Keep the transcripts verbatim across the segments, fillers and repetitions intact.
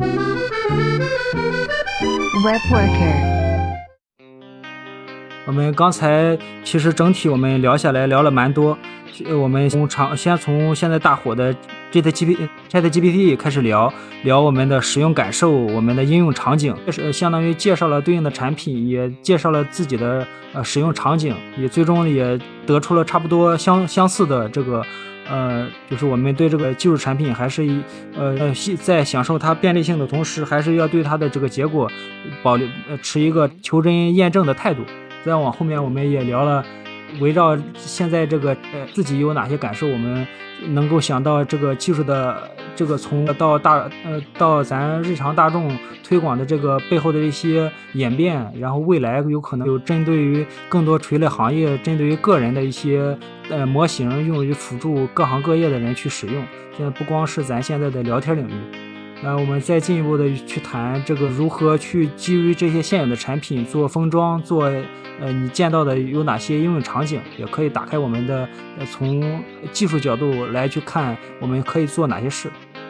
Webworker。 我们刚才其实整体我们聊下来聊了蛮多，我们从长先从现在大火的 ChatGPT 开始聊聊我们的使用感受，我们的应用场景，是相当于介绍了对应的产品，也介绍了自己的呃使用场景，也最终也得出了差不多相相似的这个呃，就是我们对这个技术产品还是呃在享受它便利性的同时，还是要对它的这个结果保留呃持一个求真验证的态度。再往后面我们也聊了围绕现在这个呃自己有哪些感受，我们能够想到这个技术的这个从到大呃到咱日常大众推广的这个背后的一些演变，然后未来有可能有针对于更多垂类行业，针对于个人的一些呃模型，用于辅助各行各业的人去使用。现在不光是咱现在的聊天领域，那我们再进一步的去谈这个如何去基于这些现有的产品做封装，做呃你见到的有哪些应用场景，也可以打开我们的呃从技术角度来去看我们可以做哪些事。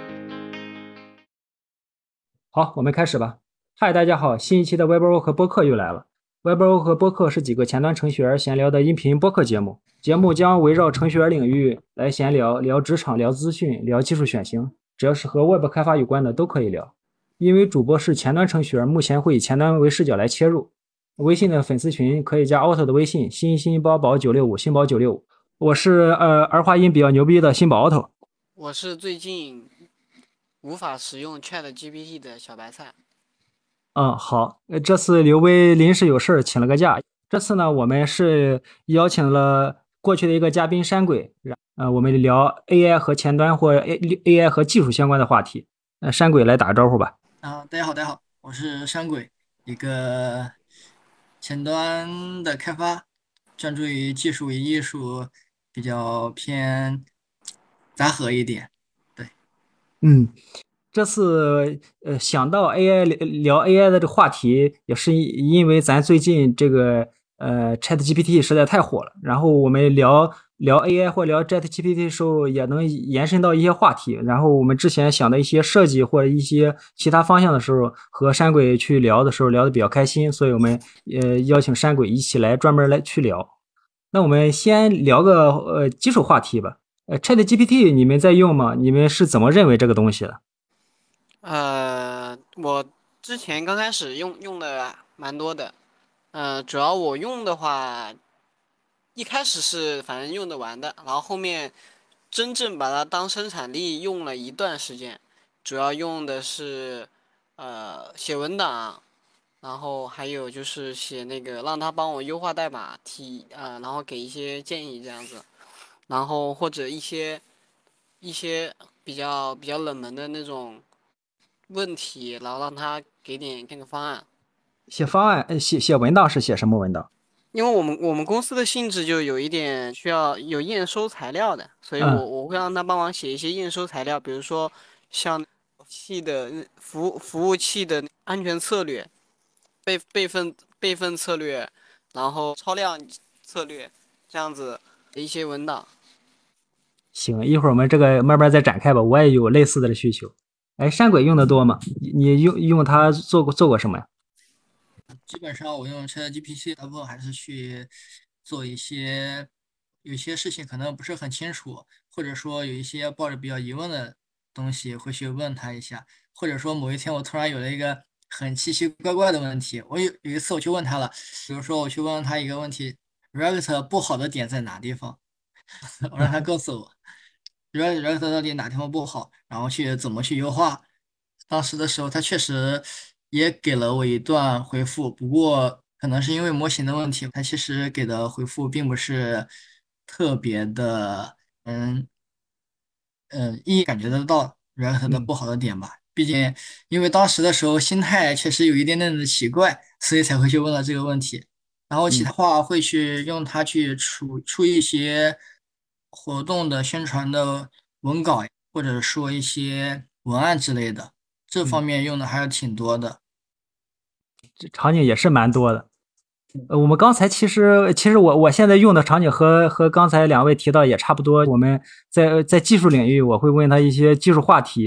好，我们开始吧。嗨，大家好，新一期的 Webworker 播客又来了。Webworker 播客是几个前端程序员闲聊的音频播客节目，节目将围绕程序员领域来闲聊，聊职场，聊资讯，聊技术选型，只要是和 Web 开发有关的都可以聊。因为主播是前端程序员，目前会以前端为视角来切入。微信的粉丝群可以加 Auto 的微信，新新宝宝九六五，新宝九六五。我是呃儿化音比较牛逼的新宝 Auto。 我是最近无法使用 ChatGPT 的小白菜。 嗯，好，这次刘威临时有事请了个假。这次呢，我们是邀请了过去的一个嘉宾山鬼，呃，我们聊 A I 和前端或 A I 和技术相关的话题。呃，山鬼来打个招呼吧。 啊，大家好，大家好，我是山鬼，一个前端的开发，专注于技术与艺术，比较偏杂合一点。对， 嗯。这次呃想到 A I 聊 A I 的这个话题，也是因为咱最近这个呃 ChatGPT 实在太火了，然后我们聊聊 A I 或聊 ChatGPT 的时候，也能延伸到一些话题。然后我们之前想的一些设计或者一些其他方向的时候，和山鬼去聊的时候聊得比较开心，所以我们呃邀请山鬼一起来专门来去聊。那我们先聊个呃基础话题吧。呃 ChatGPT 你们在用吗？你们是怎么认为这个东西的？ 呃，我之前刚开始用用的蛮多的，呃，主要我用的话，一开始是反正用得完的，然后后面真正把它当生产力用了一段时间，主要用的是呃写文档，然后还有就是写那个让他帮我优化代码，提呃，然后给一些建议这样子，然后或者一些一些比较比较冷门的那种问题，然后让他给点那个方案。 写方案，呃写写文档是写什么文档？ 因为我们我们公司的性质就有一点需要有验收材料的，所以我、 嗯、 我会让他帮忙写一些验收材料，比如说像器的服务服务器的安全策略、备备份备份策略，然后超量策略这样子的一些文档。 行，一会儿我们这个慢慢再展开吧。我也有类似的需求。哎，山鬼用的多吗？你用用它做过做过什么呀？ 基本上我用 ChatGPT 大部分还是去做一些有些事情可能不是很清楚，或者说有一些抱着比较疑问的东西会去问他一下，或者说某一天我突然有了一个很奇奇怪怪的问题，我有有一次我去问他了，比如说我去问他一个问题 React 不好的点在哪地方，我让他告诉我 React React 到底哪地方不好，然后去怎么去优化。当时的时候他确实也给了我一段回复，不过可能是因为模型的问题，他其实给的回复并不是特别的，嗯嗯，一眼感觉得到 React 的不好的点吧。毕竟因为当时的时候心态确实有一点点的奇怪，所以才会去问了这个问题。然后其他话会去用它去出出一些活动的宣传的文稿，或者说一些文案之类的，这方面用的还是挺多的。 这场景也是蛮多的。呃，我们刚才其实其实我我现在用的场景和和刚才两位提到也差不多。我们在在技术领域，我会问他一些技术话题，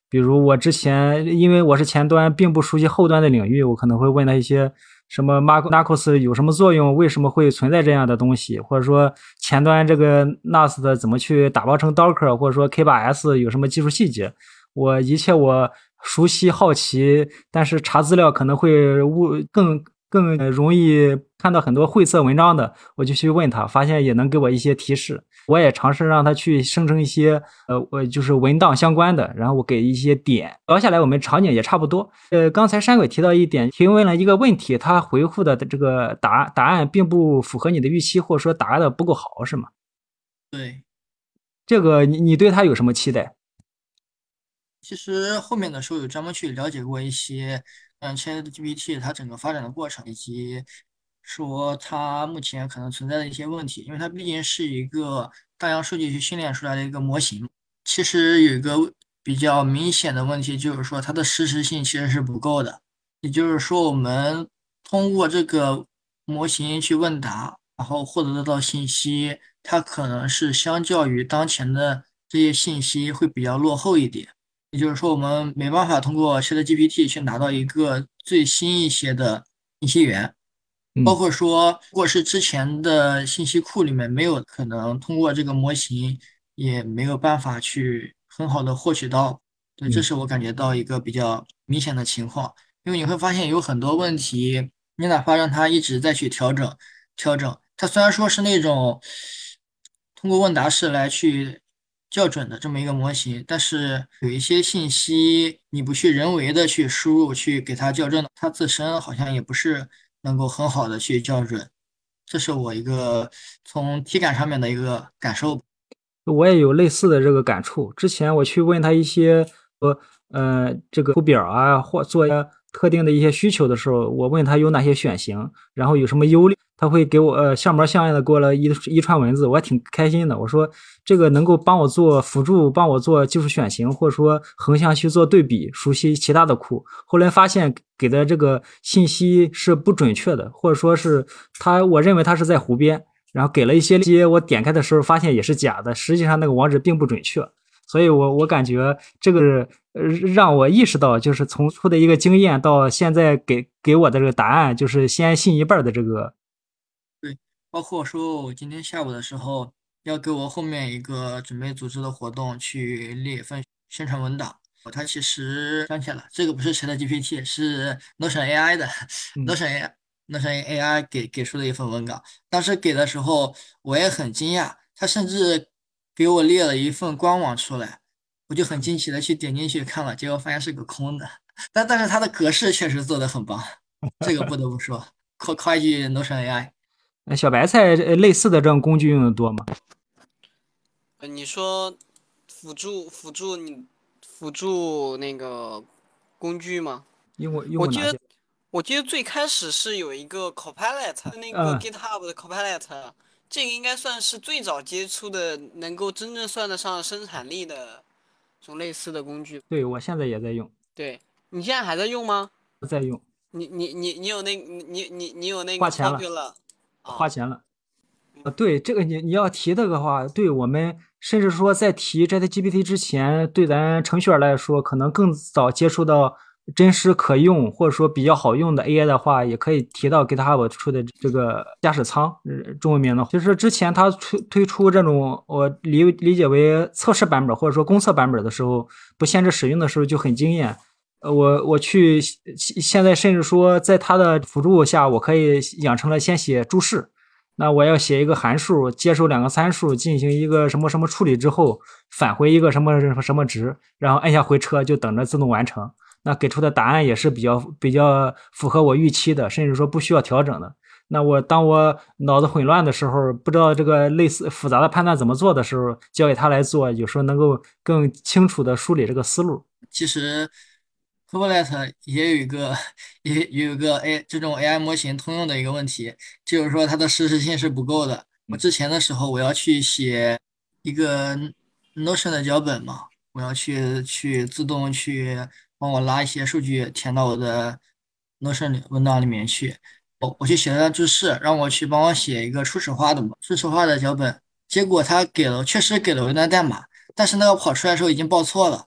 比如我之前因为我是前端，并不熟悉后端的领域，我可能会问他一些什么 Narcos 有什么作用，为什么会存在这样的东西，或者说前端这个 N A S 的怎么去打包成 Docker，或者说 K 八 S 有什么技术细节，我一切我熟悉好奇，但是查资料可能会误更更容易看到很多晦涩文章的，我就去问他，发现也能给我一些提示。我也尝试让他去生成一些呃，我就是文档相关的，然后我给一些点。聊下来，我们场景也差不多。呃，刚才山鬼提到一点，提问了一个问题，他回复的这个答答案并不符合你的预期，或者说答的不够好，是吗？ 对， 这个你你对他有什么期待？ 其实后面的时候有专门去了解过一些，嗯，ChatGPT 它整个发展的过程，以及说它目前可能存在的一些问题，因为它毕竟是一个大量数据去训练出来的一个模型。其实有一个比较明显的问题，就是说它的实时性其实是不够的。也就是说，我们通过这个模型去问答，然后获得到信息，它可能是相较于当前的这些信息会比较落后一点。也就是说，我们没办法通过 ChatGPT 去拿到一个最新一些的信息源，包嗯括说，如果是之前的信息库里面没有，可能通过这个模型也没有办法去很好的获取到。对，这嗯是我感觉到一个比较明显的情况，因为你会发现有很多问题，你哪怕让它一直在去调整调整，它虽然说是那种通过问答式来去校准的这么一个模型，但是有一些信息你不去人为的去输入去给它校正的，它自身好像也不是能够很好的去校准，这是我一个从体感上面的一个感受。 我也有类似的这个感触。之前我去问他一些呃呃这个图表啊，或做一些特定的一些需求的时候，我问他有哪些选型，然后有什么优劣，他会给我呃像模像样的给我了一一串文字，我还挺开心的。我说这个能够帮我做辅助，帮我做技术选型，或者说横向去做对比，熟悉其他的库。后来发现给的这个信息是不准确的，或者说是他我认为他是在胡编。然后给了一些链接，我点开的时候发现也是假的，实际上那个网址并不准确，所以我我感觉这个呃让我意识到，就是从出的一个经验到现在给给我的这个答案，就是先信一半的这个。 对，包括说我今天下午的时候要给我后面一个准备组织的活动去列一份宣传文档，它其实想起来了，这个不是 ChatGPT，是 Notion A I 的嗯， Notion AI Notion A I 给给出的一份文档。当时给的时候我也很惊讶，他甚至给我列了一份官网出来，我就很惊奇的去点进去看了，结果发现是个空的，但但是它的格式确实做的很棒，这个不得不说，夸夸一句 Notion A I。 呃小白菜呃类似的这种工具用的多吗？ 呃，你说辅助辅助你辅助那个工具吗？ 用过用我记得过哪些？ 我记得最开始是有一个 Copilot，那个嗯， GitHub 的 Copilot，这个应该算是最早接触的能够真正算得上生产力的这种类似的工具。 对，我现在也在用， 对，你现在还在用吗？ 在用， 你你你你有那你你你你有那个花钱了， Popular 啊？ 花钱了。啊，对，这个你你要提这个话，对我们甚至说在提 ChatGPT 之前，对咱程序员来说，可能更早接触到真实可用或者说比较好用的 A I 的话，也可以提到 GitHub 出的这个驾驶舱，呃中文名的。就是之前它推推出这种我理理解为测试版本或者说公测版本的时候，不限制使用的时候就很惊艳。呃，我我去现在甚至说，在它的辅助下，我可以养成了先写注释。那我要写一个函数，接收两个参数，进行一个什么什么处理之后，返回一个什么什么值，然后按下回车就等着自动完成。那给出的答案也是比较比较符合我预期的，甚至说不需要调整的。那我当我脑子混乱的时候，不知道这个类似复杂的判断怎么做的时候，交给他来做，有时候能够更清楚的梳理这个思路。 其实 Copilot 也有一个也也有一个 A 这种 A I 模型通用的一个问题，就是说它的实时性是不够的。我嗯之前的时候，我要去写一个 Notion 的脚本嘛，我要去去自动去帮我拉一些数据填到我的 Notion 里文档里面去。我我去写了段注释，让我去帮我写一个初始化的嘛，初始化的脚本。结果他给了，确实给了我一段代码，但是那个跑出来的时候已经报错了。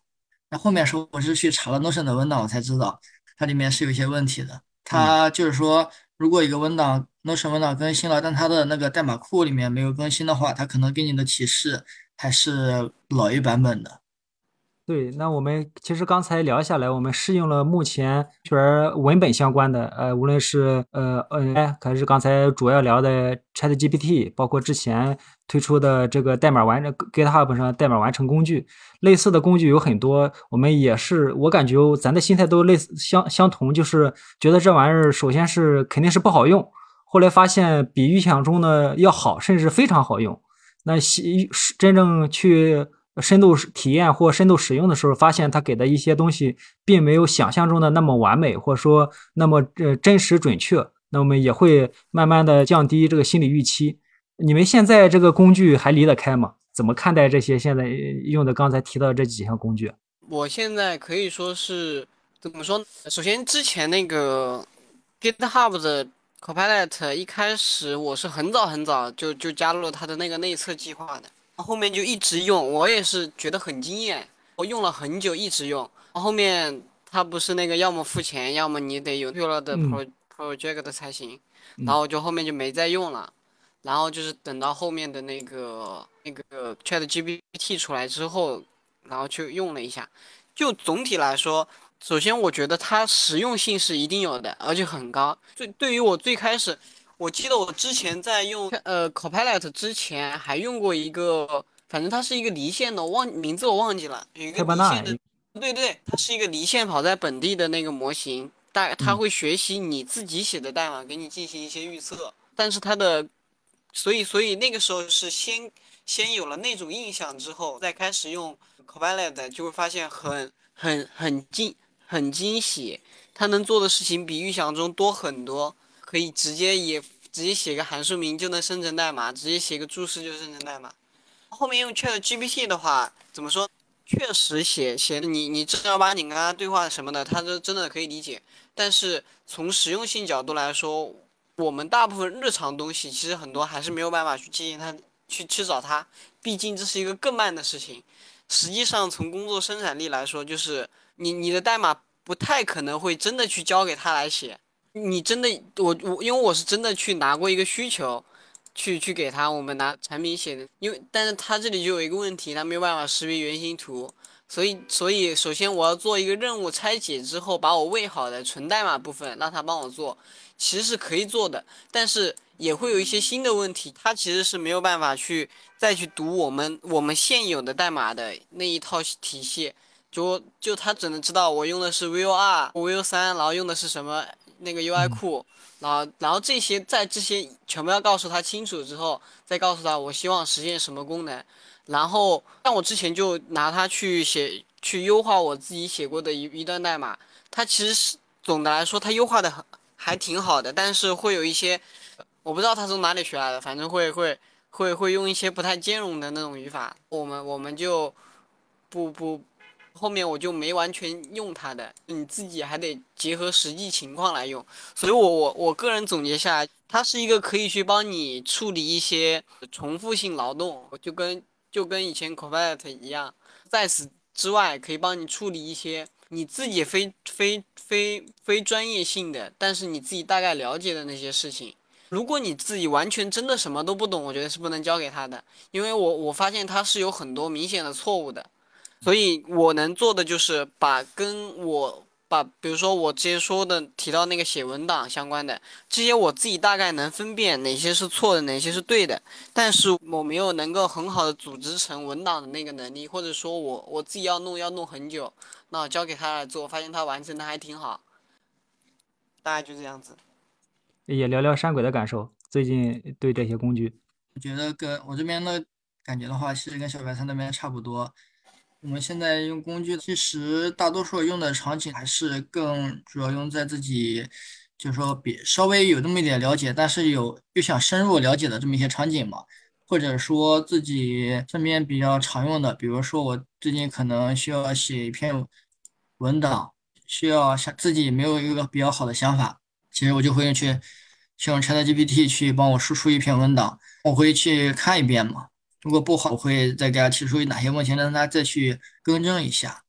那后面是我是去查了 Notion 的文档，我才知道它里面是有一些问题的。 嗯。 它就是说，如果一个文档 Notion 文档更新了，但它的那个代码库里面没有更新的话，它可能给你的提示还是老一版本的。 对，那我们其实刚才聊下来，我们适应了目前就是文本相关的，呃，无论是呃呃 A I，还是刚才主要聊的 ChatGPT，包括之前推出的这个代码完 GitHub 上代码完成工具，类似的工具有很多。我们也是，我感觉咱的心态都类似相相同，就是觉得这玩意儿首先是肯定是不好用，后来发现比预想中的要好，甚至非常好用。那细真正去深度体验或深度使用的时候，发现它给的一些东西并没有想象中的那么完美，或者说那么呃真实准确。那我们也会慢慢的降低这个心理预期。你们现在这个工具还离得开吗？怎么看待这些现在用的刚才提到的这几项工具？ 我现在可以说是怎么说呢？首先，之前那个 GitHub 的 Copilot 一开始我是很早很早就就加入了它的那个内测计划的，后面就一直用，我也是觉得很惊艳，我用了很久一直用。后面它不是那个要么付钱，要么你得有 Regular 的嗯 Pro Project 才行，然嗯后我就后面就没再用了。然后就是等到后面的那个那个 ChatGPT 出来之后，然后去用了一下。就总体来说，首先我觉得它实用性是一定有的，而且很高。最对于我最开始，我记得我之前在用呃 Copilot 之前还用过一个，反正它是一个离线的，我忘名字我忘记了，有一个开巴纳， 离线的，对对，它是一个离线跑在本地的那个模型，大它嗯， 会学习你自己写的代码，给你进行一些预测。但是它的所以，所以那个时候是先先有了那种印象之后，再开始用 Copilot，就会发现很很很惊很惊喜，它能做的事情比预想中多很多，可以直接也直接写个函数名就能生成代码，直接写个注释就生成代码。后面用 ChatGPT 的话，怎么说？确实写写的你你正儿八经跟他对话什么的，他都真的可以理解。但是从实用性角度来说，我们大部分日常东西其实很多还是没有办法去接近它，去去找它，毕竟这是一个更慢的事情。实际上从工作生产力来说，就是你你的代码不太可能会真的去交给他来写，你真的我我因为我是真的去拿过一个需求。去去给他我们拿产品写的，因为但是他这里就有一个问题，他没有办法识别原型图，所以所以首先我要做一个任务拆解之后，把我喂好的纯代码部分让他帮我做，其实是可以做的，但是也会有一些新的问题，他其实是没有办法去再去读我们我们现有的代码的那一套体系，就就他只能知道我用的是 Vue 二、Vue 三，然后用的是什么那个 U I 嗯库。然后，然后这些在这些全部要告诉他清楚之后，再告诉他我希望实现什么功能。然后，像我之前就拿它去写，去优化我自己写过的一一段代码。它其实是总的来说，它优化的很还挺好的，但是会有一些我不知道它从哪里学来的，反正会会会会用一些不太兼容的那种语法。我们我们就不不后面我就没完全用它的，你自己还得结合实际情况来用。所以我我我个人总结下来，它是一个可以去帮你处理一些重复性劳动，就跟就跟以前 Copilot 一样。在此之外，可以帮你处理一些你自己非非非非专业性的，但是你自己大概了解的那些事情。如果你自己完全真的什么都不懂，我觉得是不能交给他的，因为我我发现他是有很多明显的错误的。所以我能做的就是把跟我把，比如说我之前说的提到那个写文档相关的这些，我自己大概能分辨哪些是错的，哪些是对的，但是我没有能够很好的组织成文档的那个能力，或者说我我自己要弄要弄很久，那我交给他来做，发现他完成的还挺好，大概就这样子。 也聊聊山鬼的感受，最近对这些工具。 我觉得跟我这边的感觉的话，其实跟小白菜那边差不多。我们现在用工具，其实大多数用的场景还是更主要用在自己，就是说比稍微有那么一点了解，但是有又想深入了解的这么一些场景嘛，或者说自己身边比较常用的，比如说我最近可能需要写一篇文档，需要想自己没有一个比较好的想法，其实我就会去去用 ChatGPT 去帮我输出一篇文档，我会去看一遍嘛。如果不好，我会再给他提出哪些问题，让他再去更正一下。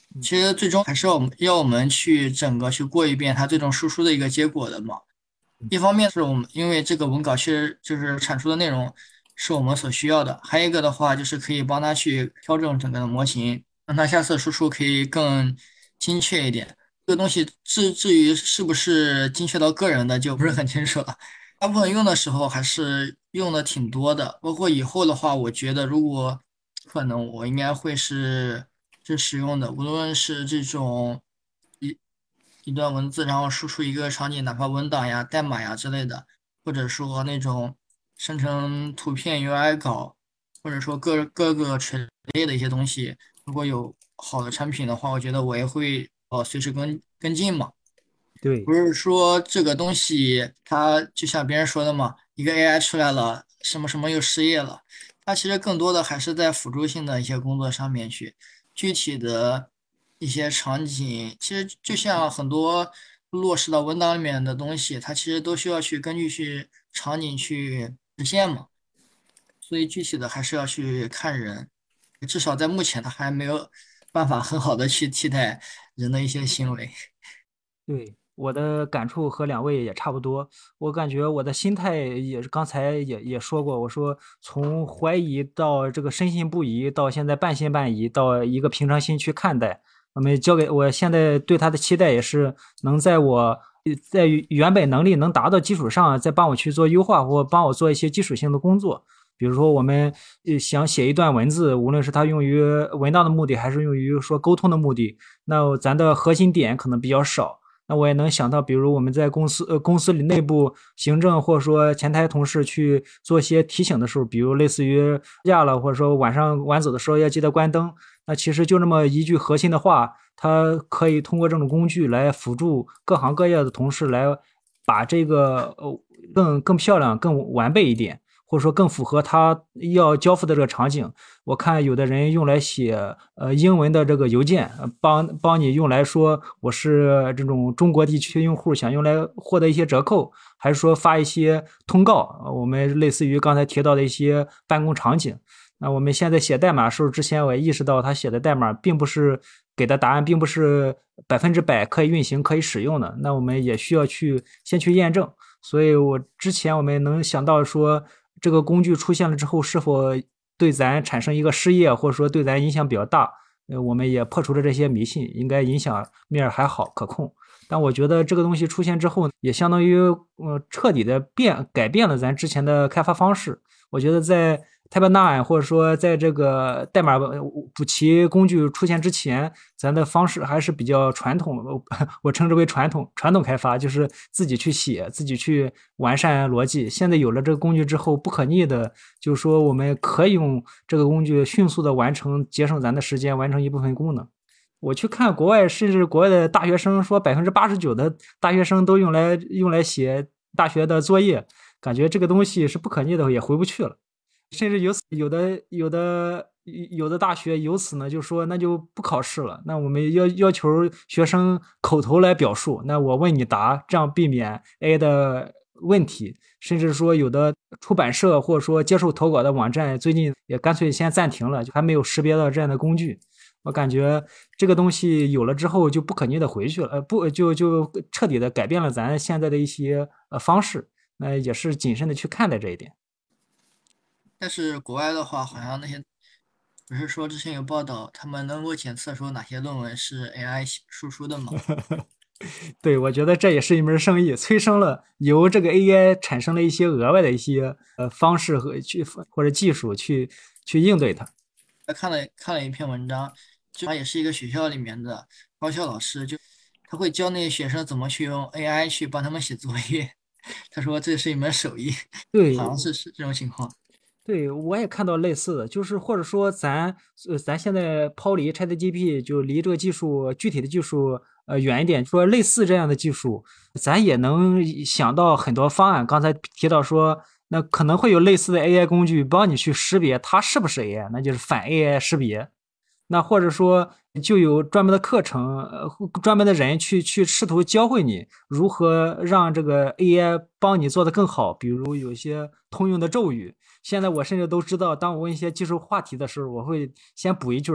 嗯， 其实最终还是要我们要我们去整个去过一遍它最终输出的一个结果的嘛。一方面是我们因为这个文稿其实就是产出的内容是我们所需要的，还有一个的话就是可以帮他去调整整个的模型，让他下次输出可以更精确一点。这个东西至至于是不是精确到个人的就不是很清楚了。大部分用的时候还是用的挺多的，包括以后的话，我觉得如果可能，我应该会是是使用的，无论是这种一一段文字，然后输出一个场景，哪怕文档呀、代码呀之类的，或者说那种生成图片 U I 稿，或者说各各个垂类的一些东西，如果有好的产品的话，我觉得我也会呃随时跟跟进嘛。 对。 不是说这个东西它就像别人说的嘛，一个 A I 出来了，什么什么又失业了。它其实更多的还是在辅助性的一些工作上面去，具体的一些场景，其实就像很多落实到文档里面的东西，它其实都需要去根据去场景去实现嘛。所以具体的还是要去看人，至少在目前它还没有办法很好的去替代人的一些行为。 对，我的感触和两位也差不多。我感觉我的心态也是，刚才也也说过，我说从怀疑到这个深信不疑，到现在半信半疑，到一个平常心去看待。我们交给我现在对他的期待也是能在我呃在原本能力能达到基础上，再帮我去做优化，或帮我做一些基础性的工作。比如说，我们呃想写一段文字，无论是它用于文档的目的，还是用于说沟通的目的，那咱的核心点可能比较少。那我也能想到，比如我们在公司呃公司里内部行政或者说前台同事去做一些提醒的时候，比如类似于压了，或者说晚上晚走的时候要记得关灯。那其实就这么一句核心的话，它可以通过这种工具来辅助各行各业的同事来把这个呃更更漂亮、更完备一点，或者说更符合他要交付的这个场景。我看有的人用来写呃英文的这个邮件，呃帮帮你用来说我是这种中国地区用户，想用来获得一些折扣，还是说发一些通告，呃我们类似于刚才提到的一些办公场景。那我们现在写代码的时候，之前我也意识到他写的代码并不是给的答案，并不是百分之百可以运行、可以使用的。那我们也需要去先去验证。所以我之前我们能想到说，这个工具出现了之后，是否对咱产生一个失业，或者说对咱影响比较大？呃，我们也破除了这些迷信，应该影响面还好可控。但我觉得这个东西出现之后，也相当于呃彻底的变改变了咱之前的开发方式。我觉得在 Tab 九或者说在这个代码补齐工具出现之前，咱的方式还是比较传统的，我称之为传统传统开发，就是自己去写，自己去完善逻辑。现在有了这个工具之后，不可逆的，就是说我们可以用这个工具迅速的完成，节省咱的时间，完成一部分功能。我去看国外，甚至国外的大学生说，百分之八十九的大学生都用来用来写大学的作业，感觉这个东西是不可逆的，也回不去了。甚至有有的有的有的大学由此呢就说那就不考试了，那我们要要求学生口头来表述，那我问你答，这样避免 A I 的问题。甚至说有的出版社或者说接受投稿的网站最近也干脆先暂停了，就还没有识别到这样的工具。我感觉这个东西有了之后就不可逆的回去了，呃，不就就彻底的改变了咱现在的一些呃方式，那也是谨慎的去看待这一点。 但是国外的话，好像那些不是说之前有报道，他们能够检测出哪些论文是 A I 写输出的吗？ 对，我觉得这也是一门生意，催生了由这个 A I 产生了一些额外的一些呃方式和去或者技术去去应对它。 还看了看了一篇文章，就他也是一个学校里面的高校老师，就他会教那些学生怎么去用 A I 去帮他们写作业。他说这是一门手艺，好对， 像是是这种情况。 对，我也看到类似的，就是或者说咱呃咱现在抛离 ChatGPT，就离这个技术具体的技术呃远一点，说类似这样的技术，咱也能想到很多方案。刚才提到说，那可能会有类似的 A I 工具帮你去识别它是不是 A I，那就是反 A I 识别。那或者说就有专门的课程，呃，专门的人去去试图教会你如何让这个 A I 帮你做得更好，比如有一些通用的咒语。现在我甚至都知道，当我问一些技术话题的时候，我会先补一句儿，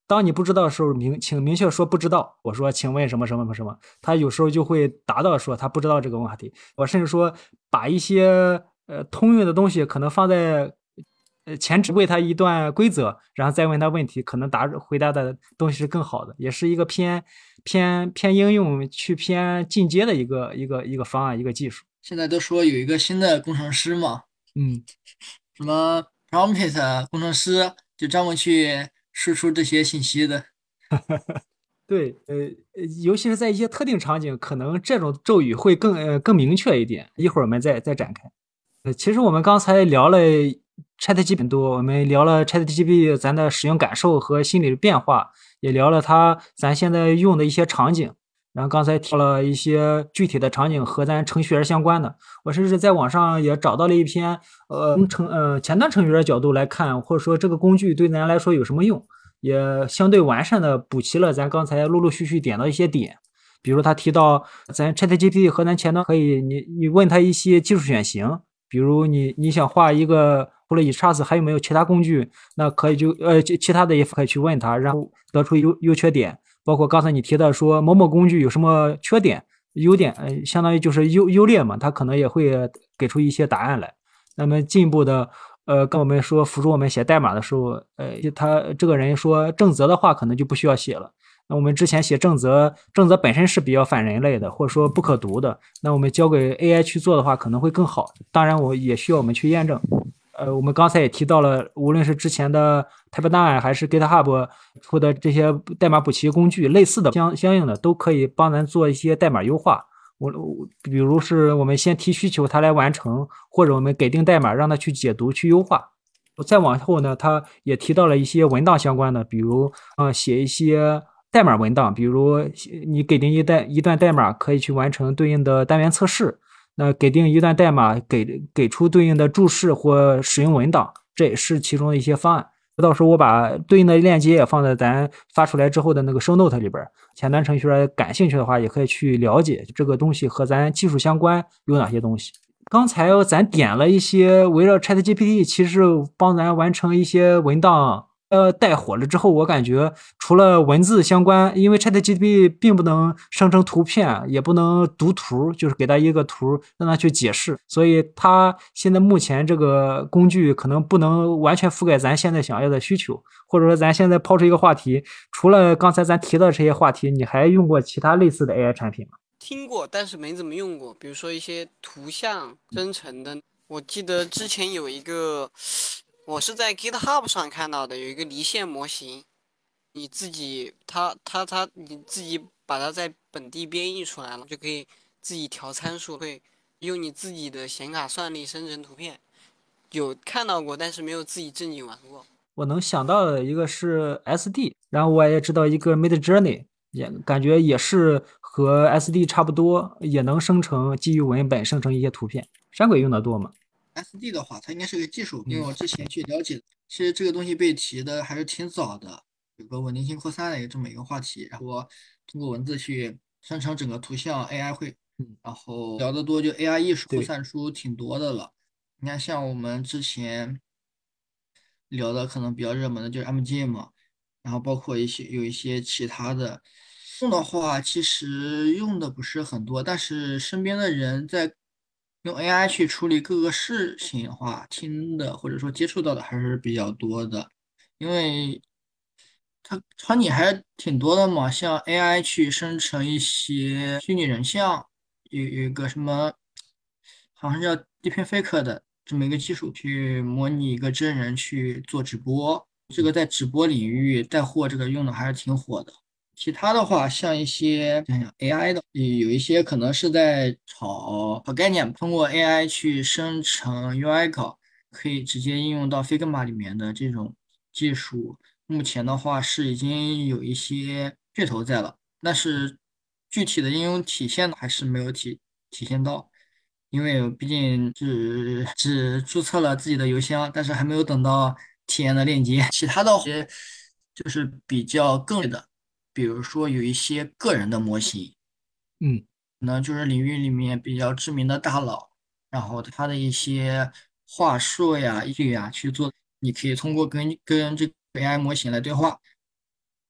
当你不知道的时候，明请明确说不知道。我说，请问什么什么什么，他有时候就会答到说他不知道这个话题。我甚至说把一些呃通用的东西可能放在呃前置，喂他一段规则，然后再问他问题，可能答回答的东西是更好的，也是一个偏偏偏应用去偏进阶的一个一个一个方案一个技术。 现在都说有一个新的工程师嘛， 嗯。 什么 prompt 工程师，就专门去输出这些信息的。 对，呃，呃尤其是在一些特定场景，可能这种咒语会更呃更明确一点。一会儿我们再再展开。呃，其实我们刚才聊了 ChatGPT 很多，我们聊了 ChatGPT 咱的使用感受和心理的变化，也聊了它咱现在用的一些场景。然后刚才提到了一些具体的场景和咱程序员相关的，我甚至在网上也找到了一篇，呃，从程呃前端程序员角度来看，或者说这个工具对咱来说有什么用。也相对完善的补齐了咱刚才陆陆续续点到一些点，比如他提到咱 ChatGPT 和咱前端可以，你你问他一些技术选型，比如你你想画一个除了 eChart 还有没有其他工具，那可以就呃其其他的也可以去问他，然后得出优优缺点，包括刚才你提到说某某工具有什么缺点、优点，呃，相当于就是优优劣嘛，他可能也会给出一些答案来。那么进一步的。呃，跟我们说辅助我们写代码的时候，呃，他这个人说正则的话，可能就不需要写了。那我们之前写正则，正则本身是比较反人类的，或者说不可读的。那我们交给 A I 去做的话，可能会更好。当然，我也需要我们去验证。呃，我们刚才也提到了，无论是之前的 Type9 还是 GitHub 出的这些代码补齐工具，类似的相相应的都可以帮咱做一些代码优化。我比如是我们先提需求，它来完成，或者我们给定代码，让它去解读、去优化。再往后呢，它也提到了一些文档相关的，比如呃写一些代码文档，比如你给定一段一段代码，可以去完成对应的单元测试。那给定一段代码，给给出对应的注释或使用文档，这也是其中的一些方案。到时候我把对应的链接也放在咱发出来之后的那个 show note 里边，前端程序员感兴趣的话，也可以去了解这个东西和咱技术相关有哪些东西。刚才咱点了一些围绕 ChatGPT， 其实帮咱完成一些文档。呃，带火了之后，我感觉除了文字相关，因为 ChatGPT 并不能生成图片，也不能读图，就是给它一个图让它去解释，所以它现在目前这个工具可能不能完全覆盖咱现在想要的需求，或者说咱现在抛出一个话题，除了刚才咱提到这些话题，你还用过其他类似的 A I 产品吗？ 听过，但是没怎么用过。比如说一些图像生成的，我记得之前有一个，我是在 GitHub 上看到的，有一个离线模型，你自己，它它它，你自己把它在本地编译出来了，就可以自己调参数，会用你自己的显卡算力生成图片。有看到过，但是没有自己正经玩过。 我能想到的一个是 S D， 然后我也知道一个 Midjourney，也感觉也是和 S D 差不多，也能生成基于文本生成一些图片。山鬼用的多吗？ S D 的话，它应该是个技术，因为嗯我之前去了解，其实这个东西被提的还是挺早的，有个稳定性扩散的一个这么一个话题，然后通过文字去生成整个图像，A I 会， 嗯， 然后聊得多就 A I 艺术扩对， 散出挺多的了。你看，像我们之前聊的可能比较热门的就是 M G 嘛，然后包括一些有一些其他的，用的话其实用的不是很多，但是身边的人在用 A I 去处理各个事情的话，听的或者说接触到的还是比较多的，因为它场景还挺多的嘛，像 A I 去生成一些虚拟人像，有有一个什么，好像叫 Deepfake 的这么一个技术，去模拟一个真人去做直播，这个在直播领域带货这个用的还是挺火的。其他的话，像一些想想 A I 的，有有一些可能是在炒炒概念，通过 A I 去生成 U I 稿，可以直接应用到 Figma 里面的这种技术。目前的话是已经有一些噱头在了，但是具体的应用体现还是没有体体现到，因为毕竟只只注册了自己的邮箱，但是还没有等到体验的链接。其他的就是比较更的，比如说有一些个人的模型， 嗯。 可能就是领域里面比较知名的大佬，然后他的一些话术呀、依据呀去做，你可以通过跟跟这个 A I 模型来对话，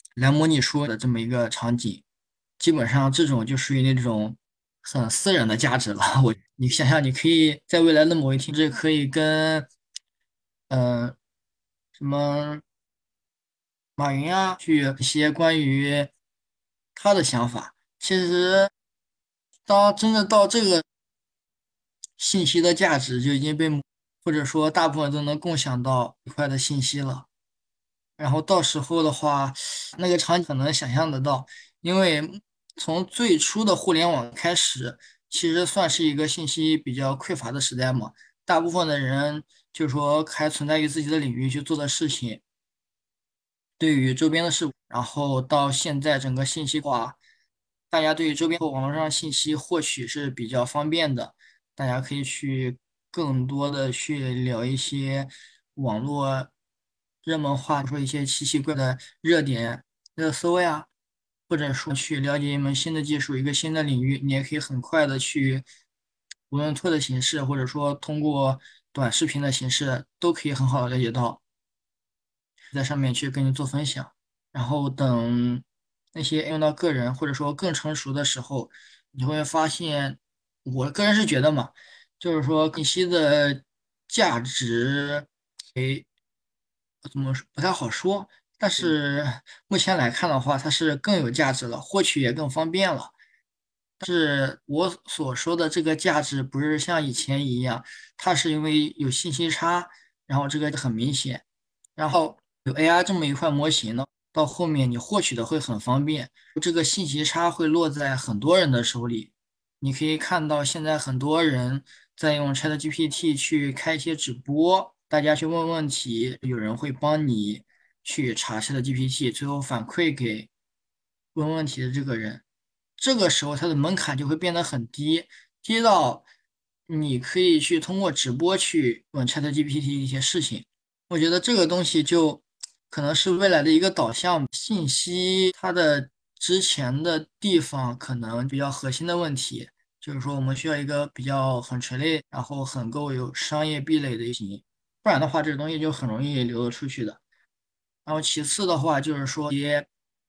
来模拟出的这么一个场景。基本上这种就属于那种很私人的价值了。我你想想，你可以在未来的某一天，这可以跟呃什么马云啊去一些关于他的想法。其实，当真的到这个信息的价值就已经被，或者说大部分都能共享到一块的信息了。然后到时候的话，那个场景可能想象得到，因为从最初的互联网开始，其实算是一个信息比较匮乏的时代嘛。大部分的人就是说还存在于自己的领域去做的事情，对于周边的事物，然后到现在整个信息化，大家对于周边或网络上信息获取是比较方便的，大家可以去更多的去聊一些网络热门话，说一些奇奇怪的热点热搜呀，或者说去了解一门新的技术、一个新的领域，你也可以很快的去，无论图的形式，或者说通过短视频的形式，都可以很好的了解到。在上面去跟你做分享，然后等那些用到个人或者说更成熟的时候，你会发现，我个人是觉得嘛，就是说信息的价值，诶，怎么说不太好说，但是目前来看的话，它是更有价值了，获取也更方便了。是我所说的这个价值，不是像以前一样，它是因为有信息差，然后这个很明显，然后有 A I 这么一块模型呢，到后面你获取的会很方便，这个信息差会落在很多人的手里。你可以看到现在很多人在用 ChatGPT 去开一些直播，大家去问问题，有人会帮你去查 ChatGPT，最后反馈给问问题的这个人。这个时候它的门槛就会变得很低，低到你可以去通过直播去问 ChatGPT 一些事情。我觉得这个东西就可能是未来的一个导向，信息它的之前的地方可能比较核心的问题，就是说我们需要一个比较很垂类，然后很够有商业壁垒的一型，不然的话这个东西就很容易流露出去的。然后其次的话就是说也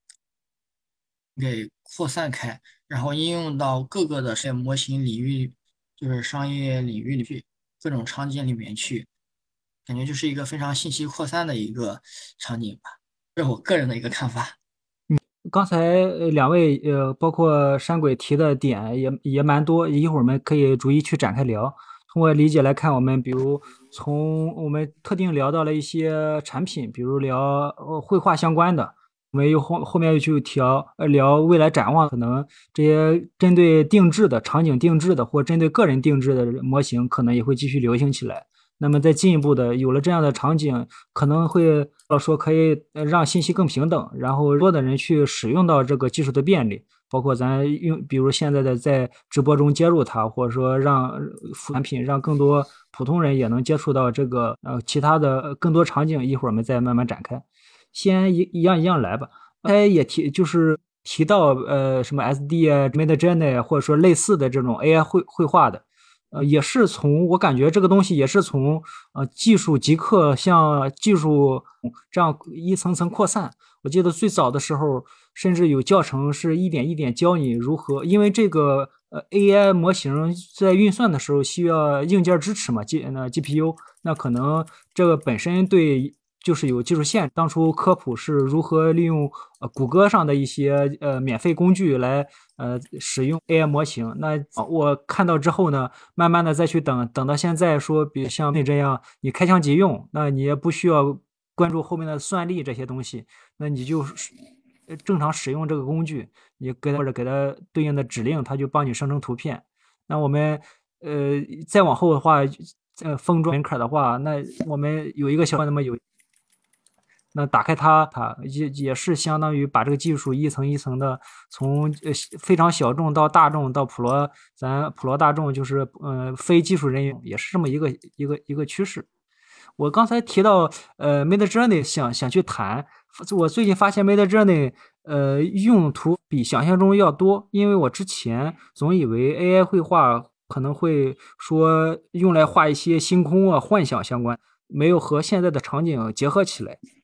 给扩散开，然后应用到各个的商业模型领域，就是商业领域里去，各种场景里面去，感觉就是一个非常信息扩散的一个场景吧，这是我个人的一个看法。 刚才呃两位呃，包括山鬼提的点也也蛮多，一会儿我们可以逐一去展开聊。通过理解来看，我们比如从我们特定聊到了一些产品，比如聊呃绘画相关的，我们又后后面又去调呃聊未来展望，可能这些针对定制的场景定制的或针对个人定制的模型，可能也会继续流行起来。那么再进一步的，有了这样的场景，可能会要说可以呃让信息更平等，然后多的人去使用到这个技术的便利，包括咱用，比如现在的在直播中接入它，或者说让产品让更多普通人也能接触到这个呃其他的更多场景，一会儿我们再慢慢展开，先一一样一样来吧。刚才也提就是提到呃什么 S D 啊、Midjourney 啊或者说类似的这种 A I 绘绘画的。呃，也是从我感觉这个东西也是从呃技术极客向技术这样一层层扩散。我记得最早的时候，甚至有教程是一点一点教你如何，因为这个呃 A I 模型在运算的时候需要硬件支持嘛，G 那 G P U，那可能这个本身对就是有技术限制。当初科普是如何利用呃谷歌上的一些呃免费工具来呃使用 A I 模型。那我看到之后呢，慢慢的再去等等到现在说，比如像那这样，你开枪即用，那你也不需要关注后面的算力这些东西，那你就正常使用这个工具，你给它或者给它对应的指令，它就帮你生成图片。那我们呃再往后的话，呃封装门槛的话，那我们有一个小那么有。那打开它，它也也是相当于把这个技术一层一层的从呃非常小众到大众到普罗，咱普罗大众就是呃非技术人员，也是这么一个一个一个趋势。我刚才提到呃 Midjourney 想想去谈，我最近发现 Midjourney 呃用途比想象中要多，因为我之前总以为 A I 绘画可能会说用来画一些星空啊幻想相关，没有和现在的场景结合起来。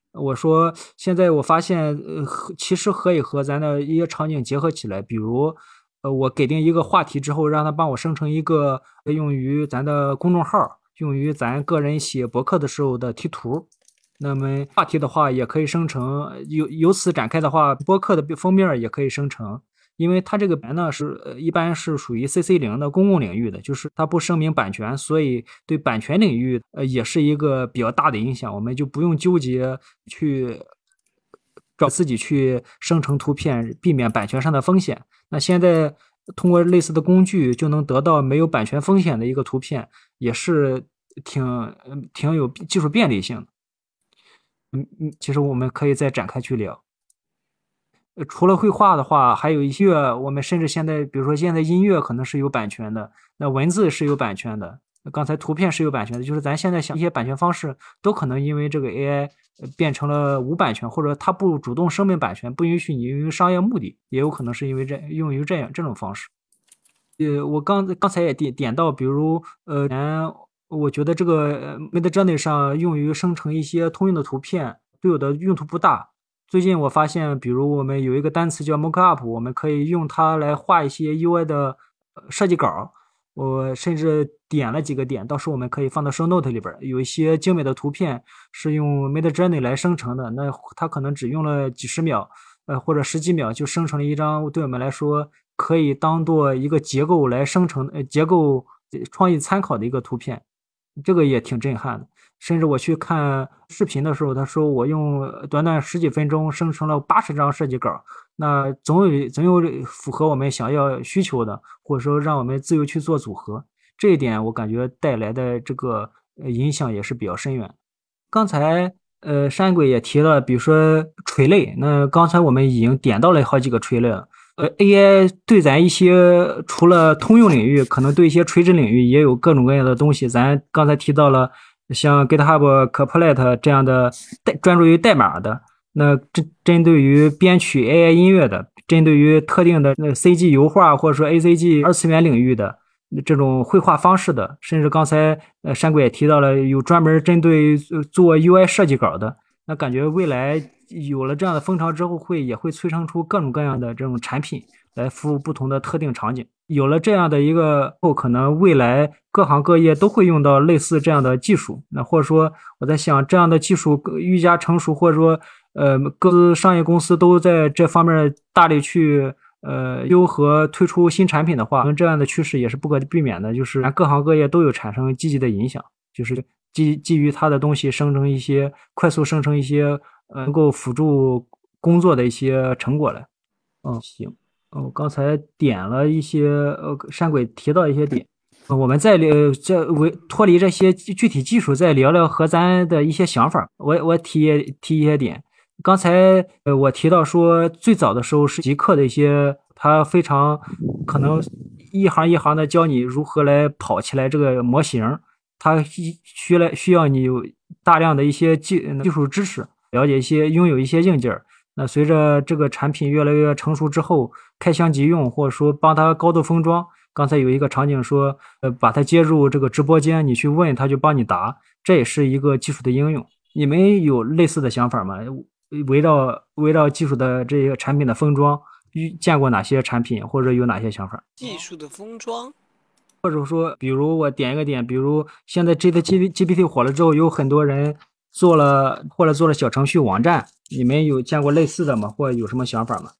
我说现在我发现，呃，和其实可以和咱的一些场景结合起来，比如，呃，我给定一个话题之后，让它帮我生成一个用于咱的公众号，用于咱个人写博客的时候的贴图。那么话题的话，也可以生成，由由此展开的话，播客的封面也可以生成。因为它这个版呢是呃一般是属于 C C 零的公共领域的，就是它不声明版权，所以对版权领域呃也是一个比较大的影响，我们就不用纠结去找自己去生成图片，避免版权上的风险。那现在通过类似的工具就能得到没有版权风险的一个图片，也是挺嗯挺有技术便利性的。嗯嗯，其实我们可以再展开去聊。呃，除了绘画的话，还有一些我们甚至现在，比如说现在音乐可能是有版权的，那文字是有版权的，刚才图片是有版权的，就是咱现在想一些版权方式，都可能因为这个 A I 变成了无版权，或者它不主动声明版权，不允许你用于商业目的，也有可能是因为这用于这样这种方式。呃，我刚刚才也点点到，比如呃，我觉得这个 Midjourney 上用于生成一些通用的图片，对我的用途不大。最近我发现，比如我们有一个单词叫 mockup，我们可以用它来画一些 U I 的设计稿。我甚至点了几个点，到时候我们可以放到 show note 里边。有一些精美的图片是用 Midjourney 来生成的，那它可能只用了几十秒，呃或者十几秒就生成了一张，对我们来说可以当做一个结构来生成，呃结构创意参考的一个图片，这个也挺震撼的。甚至我去看视频的时候，他说我用短短十几分钟生成了八十张设计稿，那总有总有符合我们想要需求的，或者说让我们自由去做组合，这一点我感觉带来的这个影响也是比较深远。刚才呃山鬼也提了，比如说垂类，那刚才我们已经点到了好几个垂类了。呃，A I 对咱一些除了通用领域，可能对一些垂直领域也有各种各样的东西。咱刚才提到了像 GitHub Copilot 这样的代专注于代码的，那针针对于编曲 A I 音乐的，针对于特定的那 C G 油画或者说 A C G 二次元领域的这种绘画方式的，甚至刚才呃山鬼也提到了有专门针对做 U I 设计稿的。那感觉未来有了这样的风潮之后，会也会催生出各种各样的这种产品来服务不同的特定场景。有了这样的一个后，可能未来各行各业都会用到类似这样的技术。那或者说，我在想，这样的技术愈加成熟，或者说，呃，各商业公司都在这方面大力去呃优和推出新产品的话，这样的趋势也是不可避免的，就是各行各业都有产生积极的影响，就是基基于它的东西生成一些快速生成一些呃能够辅助工作的一些成果来。嗯，行。我刚才点了一些，呃，山鬼提到一些点，呃我们再聊，这为脱离这些具体技术，再聊聊和咱的一些想法。我我提提一些点。刚才呃我提到说，最早的时候是极客的一些，它非常可能一行一行的教你如何来跑起来这个模型，它需来需要你有大量的一些技技术知识，了解一些拥有一些硬件。那随着这个产品越来越成熟之后，开箱即用，或者说帮它高度封装。刚才有一个场景说，呃，把它接入这个直播间，你去问，它就帮你答，这也是一个技术的应用。你们有类似的想法吗？围绕围绕技术的这个产品的封装，见过哪些产品，或者有哪些想法？ 技术的封装， 或者说，比如我点一个点，比如现在 G P T 火了之后，有很多人做了或者做了小程序网站，你们有见过类似的吗？或者有什么想法吗？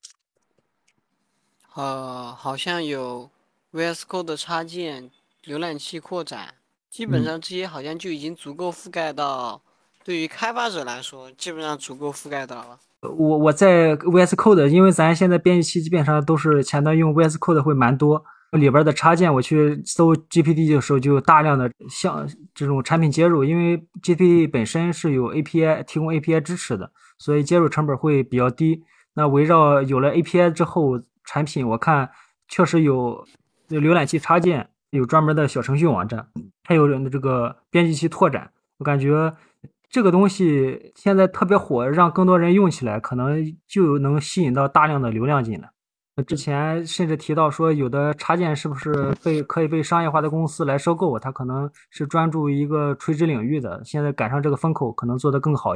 呃，好像有 V S Code 的插件、浏览器扩展，基嗯本上这些好像就已经足够覆盖到，对于开发者来说，基本上足够覆盖到了。 我我在 V S Code，因为咱现在编辑器基本上都是前端用 V S Code 会蛮多，里边的插件我去搜 G P T 的时候就有大量的像这种产品接入，因为 G P T 本身是有 A P I 提供 A P I 支持的，所以接入成本会比较低。那围绕有了 A P I 之后，产品我看确实有浏览器插件，有专门的小程序网站，还有这个编辑器拓展，我感觉这个东西现在特别火，让更多人用起来，可能就能吸引到大量的流量进来。之前甚至提到说，有的插件是不是被可以被商业化的公司来收购，它可能是专注于一个垂直领域的，现在赶上这个风口，可能做得更好一点。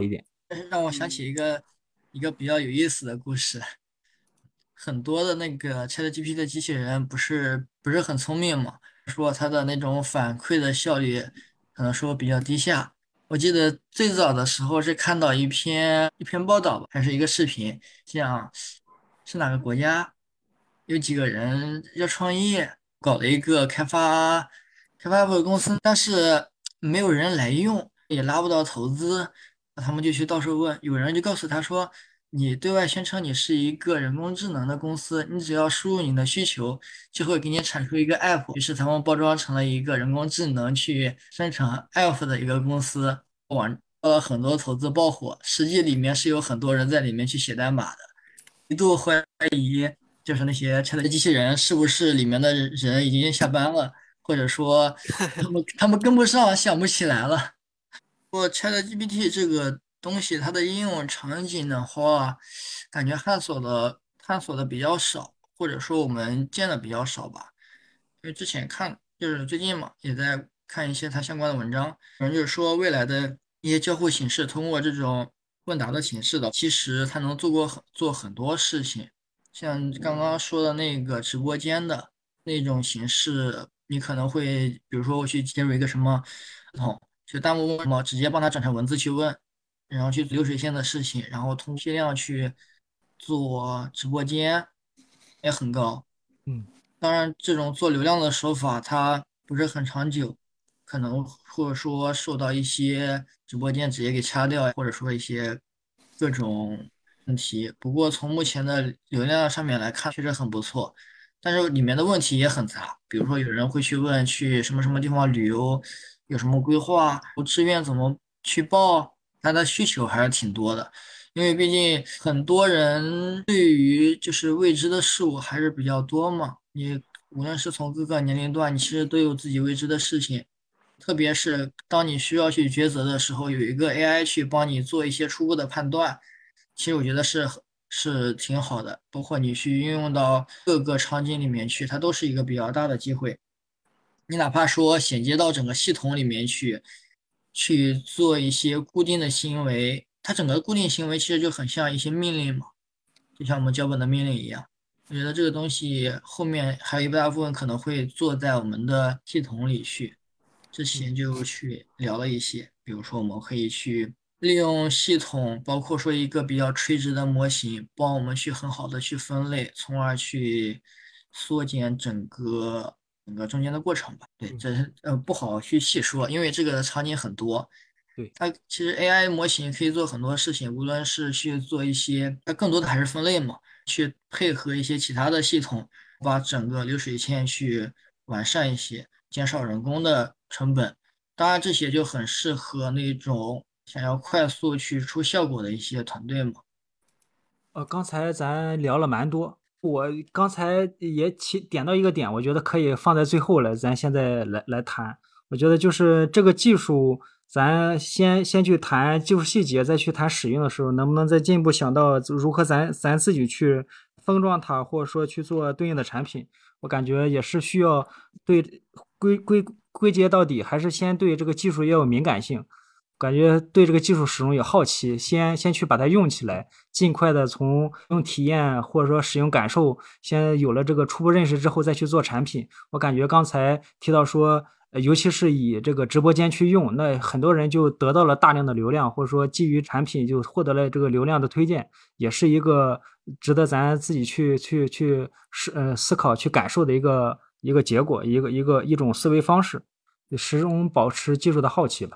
但是让我想起一个一个比较有意思的故事。很多的那个 ChatGPT 的机器人不是不是很聪明嘛，说它的那种反馈的效率可能说比较低下。我记得最早的时候是看到一篇一篇报道吧，还是一个视频，讲是哪个国家有几个人要创业，搞了一个开发开发 App 的公司，但是没有人来用，也拉不到投资，他们就去到处问，有人就告诉他说。你对外宣称你是一个人工智能的公司，你只要输入你的需求，就会给你产出一个 app。于是他们包装成了一个人工智能去生成 app 的一个公司，网呃很多投资爆火，实际里面是有很多人在里面去写代码的，一度怀疑就是那些 Chat 机器人是不是里面的人已经下班了，或者说他们他们跟不上，想不起来了。过 ChatGPT 这个东西，它的应用场景的话，感觉探索的探索的比较少，或者说我们见的比较少吧。因为之前看，就是最近嘛，也在看一些它相关的文章，有人就是说未来的一些交互形式，通过这种问答的形式的，其实它能做过很做很多事情，像刚刚说的那个直播间的那种形式，你可能会，比如说我去接入一个什么。就弹幕问什么，直接帮他转成文字去问，然后去流水线的事情，然后通批量去做直播间也很高。 嗯。 当然，这种做流量的手法它不是很长久，可能或者说受到一些直播间直接给掐掉，或者说一些各种问题。不过从目前的流量上面来看，确实很不错。但是里面的问题也很杂，比如说有人会去问去什么什么地方旅游，有什么规划，志愿怎么去报，他的需求还是挺多的。因为毕竟很多人对于就是未知的事物还是比较多嘛，你无论是从各个年龄段，你其实都有自己未知的事情，特别是当你需要去抉择的时候，有一个 A I 去帮你做一些初步的判断，其实我觉得是很是挺好的，包括你去运用到各个场景里面去，它都是一个比较大的机会。你哪怕说衔接到整个系统里面去，去做一些固定的行为，它整个固定行为其实就很像一些命令嘛，就像我们脚本的命令一样。我觉得这个东西后面还有一大部分可能会做在我们的系统里去。之前就去聊了一些，比如说我们可以去利用系统，包括说一个比较垂直的模型，帮我们去很好的去分类，从而去缩减整个整个中间的过程吧。对， 嗯。 这是呃不好去细说，因为这个场景很多。 对。 它其实 A I 模型可以做很多事情，无论是去做一些，它更多的还是分类嘛，去配合一些其他的系统，把整个流水线去完善一些，减少人工的成本。当然，这些就很适合那种想要快速去出效果的一些团队嘛。 呃，刚才咱聊了蛮多，我刚才也起点到一个点，我觉得可以放在最后了，咱现在来来谈。我觉得就是这个技术，咱先先去谈技术细节，再去谈使用的时候，能不能再进一步想到如何咱咱自己去封装它，或者说去做对应的产品？我感觉也是需要对归归归结到底，还是先对这个技术要有敏感性。感觉对这个技术使用也好奇，先先去把它用起来，尽快的从用体验或者说使用感受，先有了这个初步认识之后再去做产品。我感觉刚才提到说，呃尤其是以这个直播间去用，那很多人就得到了大量的流量，或者说基于产品就获得了这个流量的推荐，也是一个值得咱自己去去去思呃思考、去感受的一个一个结果，一个一个一种思维方式，始终保持技术的好奇吧。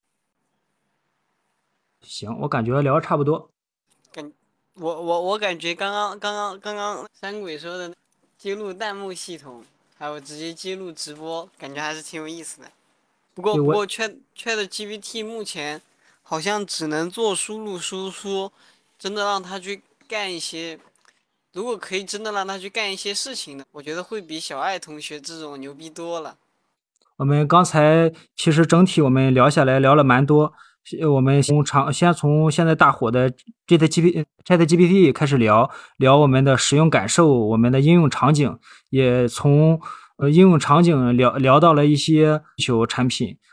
行，我感觉聊的差不多。 感我我我感觉刚刚刚刚刚刚三鬼说的记录弹幕系统，还有直接记录直播，感觉还是挺有意思的。不过对我不过 Chat ChatGPT 目前好像只能做输入输出，真的让他去干一些，如果可以真的让他去干一些事情呢，我觉得会比小爱同学这种牛逼多了。 我们刚才其实整体我们聊下来聊了蛮多，呃我们从长先从现在大火的 ChatGPT ChatGPT 开始聊聊我们的使用感受，我们的应用场景，也从呃应用场景聊聊到了一些需求产品。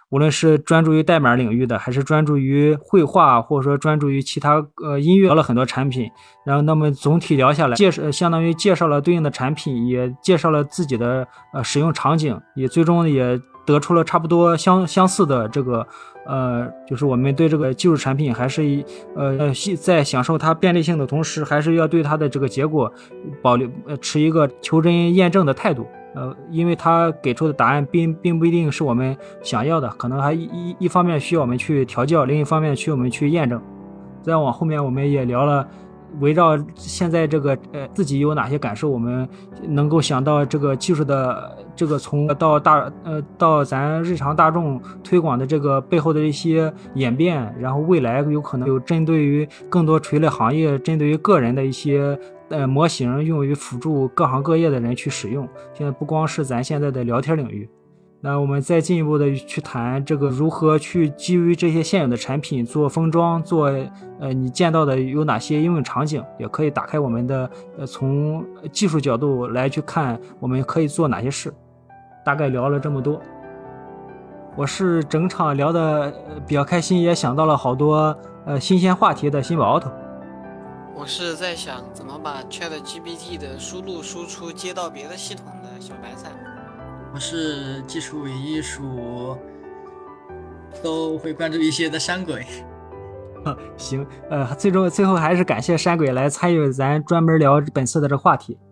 无论是专注于代码领域的，还是专注于绘画，或者说专注于其他呃音乐，聊了很多产品。然后那么总体聊下来，介绍相当于介绍了对应的产品，也介绍了自己的呃使用场景，也最终也得出了差不多相相似的这个呃，就是我们对这个技术产品还是呃在享受它便利性的同时，还是要对它的这个结果保留呃持一个求真验证的态度。呃，因为他给出的答案并并不一定是我们想要的，可能还一一一方面需要我们去调教，另一方面需要我们去验证。再往后面我们也聊了，围绕现在这个呃自己有哪些感受，我们能够想到这个技术的这个从到大呃到咱日常大众推广的这个背后的一些演变，然后未来有可能有针对于更多垂类行业，针对于个人的一些呃，模型用于辅助各行各业的人去使用。现在不光是咱现在的聊天领域，那我们再进一步的去谈这个如何去基于这些现有的产品做封装，做呃你见到的有哪些应用场景，也可以打开我们的呃从技术角度来去看我们可以做哪些事。大概聊了这么多，我是整场聊的比较开心，也想到了好多呃新鲜话题的新宝 auto。 我是在想怎么把 ChatGPT 的输入输出接到别的系统的小白菜。 我是技术与艺术都会关注一些的山鬼。 行，呃，最终最后还是感谢山鬼来参与咱专门聊本次的这个话题。